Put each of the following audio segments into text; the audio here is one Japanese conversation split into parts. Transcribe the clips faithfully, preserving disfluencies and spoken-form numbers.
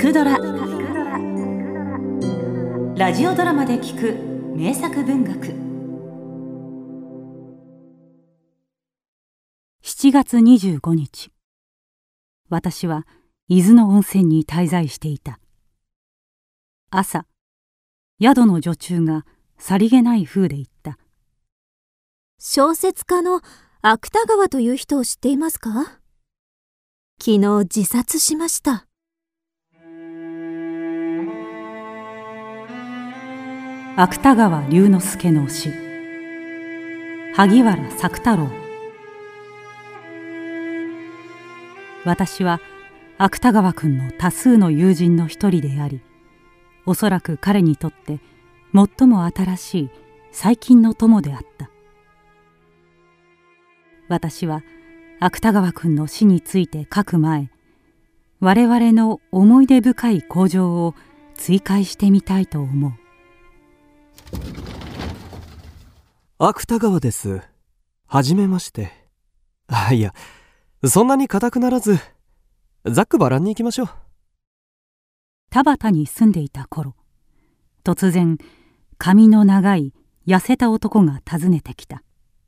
くドラ」ラジオドラマで聞く名作文学。しちがつにじゅうごにち、私は伊豆の温泉に滞在していた。朝、宿の女中がさりげない風で言った。 小説家の芥川という人を知っていますか？昨日自殺しました。 芥川龍之介の詩、萩原作太郎。私は芥川君の多数の友人の一人であり、おそらく彼にとって最も新しい最近の友であった。私は芥川君の死について書く前、我々の思い出深い口上を追回してみたいと思う。 芥川です。はじめまして。あ、いや、そんなに固くならず、ざっくばらんに行きましょう。 田端に住んでいた頃、突然髪の長い痩せた男が訪ねてきた。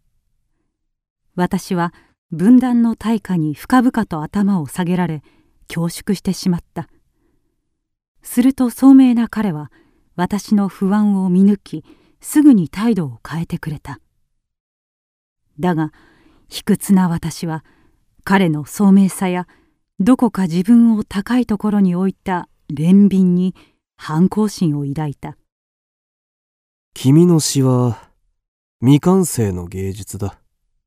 私は分断の大火に深々と頭を下げられ恐縮してしまった。すると聡明な彼は私の不安を見抜き、すぐに態度を変えてくれた。だが卑屈な私は彼の聡明さやどこか自分を高いところに置いた憐憫に反抗心を抱いた。 君の詩は未完成の芸術だ。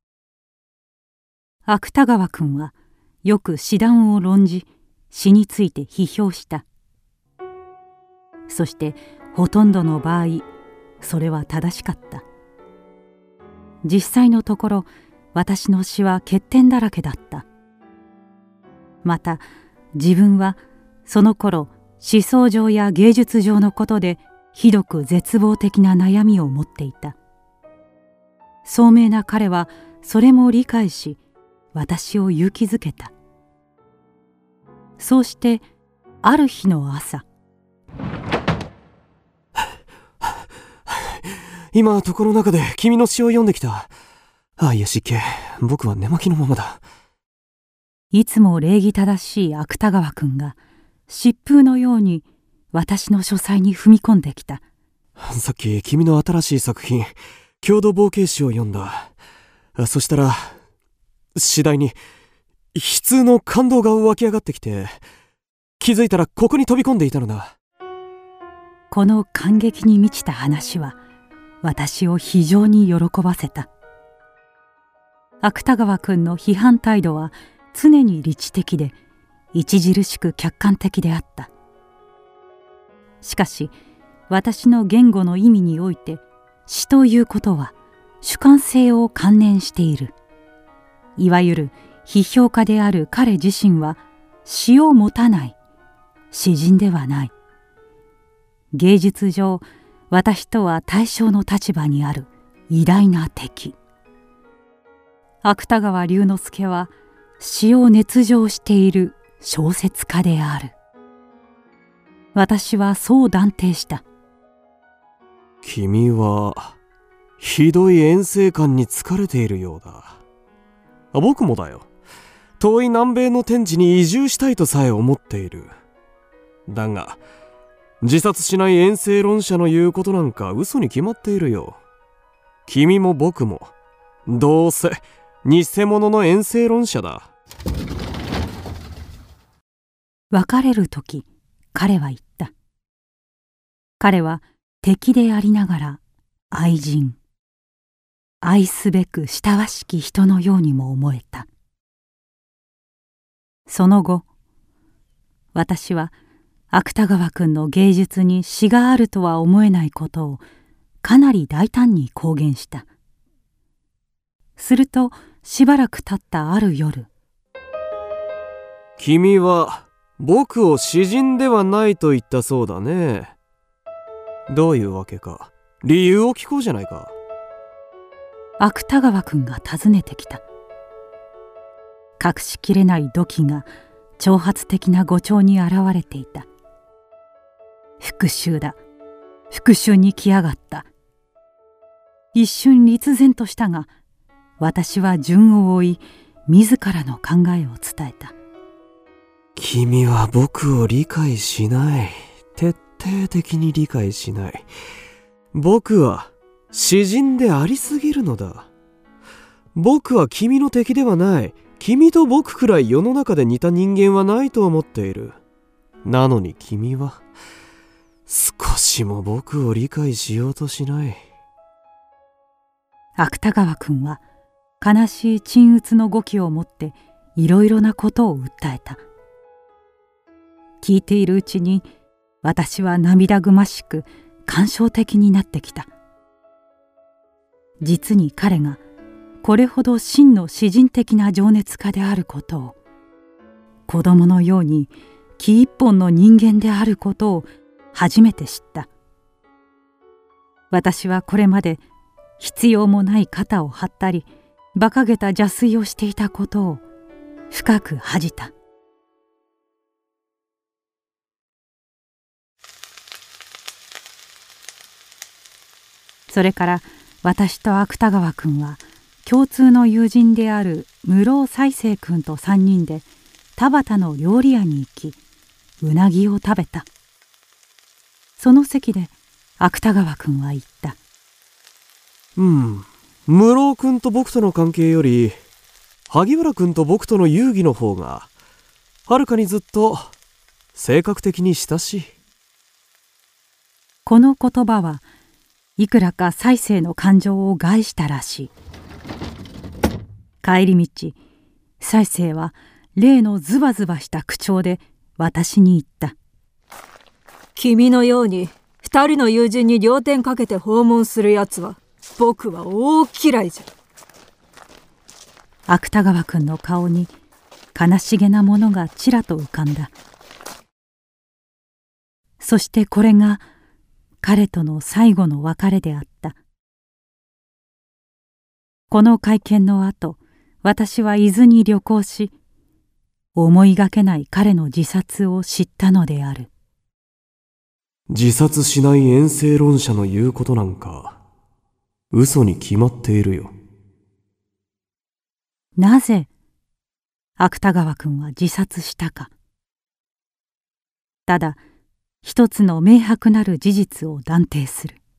芥川君はよく詩壇を論じ、詩について批評した。そしてほとんどの場合、それは正しかった。実際のところ、私の詩は欠点だらけだった。また自分はその頃思想上や芸術上のことでひどく絶望的な悩みを持っていた。聡明な彼はそれも理解し、私を勇気づけた。そうしてある日の朝、 今床の中で君の詩を読んできた。ああ、いや失敬、僕は寝巻きのままだ。 いつも礼儀正しい芥川君が疾風のように私の書斎に踏み込んできた。 さっき君の新しい作品郷土冒険詩を読んだ。そしたら次第に悲痛の感動が湧き上がってきて、気づいたらここに飛び込んでいたのだ。 この感激に満ちた話は私を非常に喜ばせた。芥川君の批判態度は常に理知的で著しく客観的であった。しかし私の言語の意味において、詩ということは主観性を観念している。いわゆる批評家である彼自身は詩を持たない、詩人ではない。芸術上、私とは対象の立場にある偉大な敵。芥川龍之介は詩を熱情している小説家である。私はそう断定した。 君はひどい遠征感に疲れているようだ。僕もだよ。遠い南米の天地に移住したいとさえ思っている。だが自殺しない遠征論者の言うことなんか嘘に決まっているよ。君も僕もどうせ偽物の遠征論者だ。 別れる時、彼は言った。彼は敵でありながら愛人、愛すべく親しき人のようにも思えた。その後、私は芥川君の芸術に詩があるとは思えないことをかなり大胆に公言した。するとしばらく経ったある夜、 君は僕を詩人ではないと言ったそうだね。どういうわけか理由を聞こうじゃないか。 芥川君が訪ねてきた。隠しきれない怒気が挑発的な語調に現れていた。 復讐だ。復讐に来やがった。一瞬立然としたが、私は順を追い、自らの考えを伝えた。 君は僕を理解しない。徹底的に理解しない。僕は詩人でありすぎるのだ。僕は君の敵ではない。君と僕くらい世の中で似た人間はないと思っている。なのに君は少しも僕を理解しようとしない。 芥川君は悲しい沈鬱の語気を持っていろいろなことを訴えた。聞いているうちに私は涙ぐましく感傷的になってきた。実に彼がこれほど真の詩人的な情熱家であることを、子供のように気一本の人間であることを初めて知った。私はこれまで必要もない肩を張ったり馬鹿げた邪推をしていたことを深く恥じた。それから私と芥川君は共通の友人である室尾犀星君と三人で田端の料理屋に行き、うなぎを食べた。その席で芥川君は言った。 うん、室尾君と僕との関係より萩原君と僕との遊戯の方がはるかにずっと性格的に親しい。 この言葉はいくらか犀星の感情を害したらしい。帰り道、犀星は例のズバズバした口調で私に言った。 君のように二人の友人に両点かけて訪問するやつは僕は大嫌いじゃ。 芥川君の顔に悲しげなものがちらと浮かんだ。そしてこれが彼との最後の別れであった。この会見の後、私は伊豆に旅行し、思いがけない彼の自殺を知ったのである。 自殺しない遠征論者の言うことなんか嘘に決まっているよ。 なぜ芥川君は自殺したか。ただ一つの明白なる事実を断定する。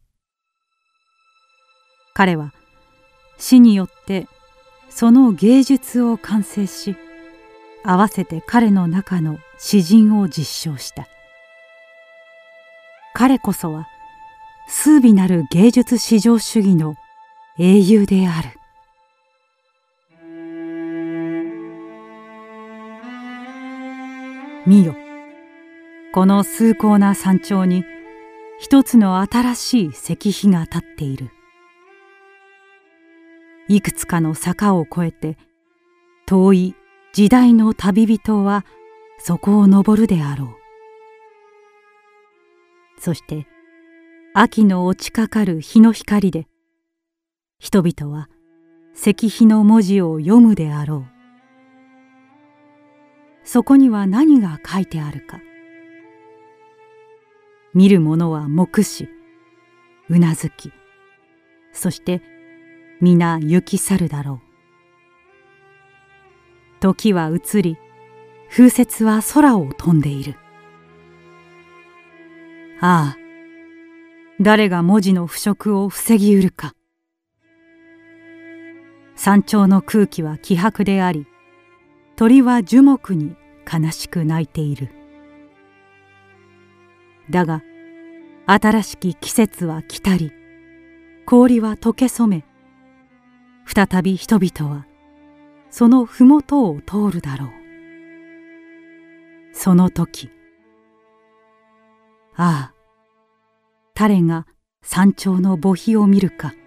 彼は死によってその芸術を完成し、合わせて彼の中の詩人を実証した。彼こそは崇美なる芸術至上主義の英雄である。見よ、この崇高な山頂に一つの新しい石碑が立っている。いくつかの坂を越えて遠い時代の旅人はそこを登るであろう。そして秋の落ちかかる日の光で人々は石碑の文字を読むであろう。そこには何が書いてあるか。見る者は目視、うなずき、そして皆行き去るだろう。時は移り、風雪は空を飛んでいる。ああ、誰が文字の腐食を防ぎうるか。山頂の空気は希薄であり、鳥は樹木に悲しく鳴いている。だが新しき季節は来たり、氷は溶け染め、再び人々はその麓を通るだろう。その時、ああ、誰が山頂の墓碑を見るか。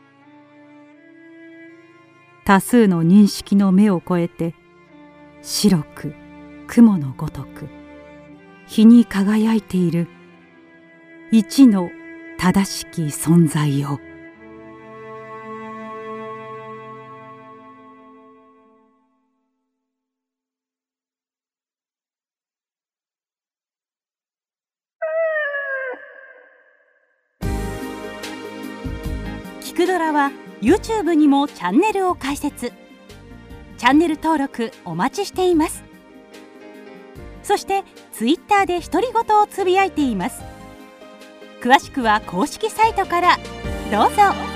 多数の認識の目を越えて、白く雲のごとく日に輝いている一の正しき存在よ。 キクドラは YouTube にもチャンネルを開設。チャンネル登録お待ちしています。そして Twitter で独り言をつぶやいています。詳しくは公式サイトからどうぞ。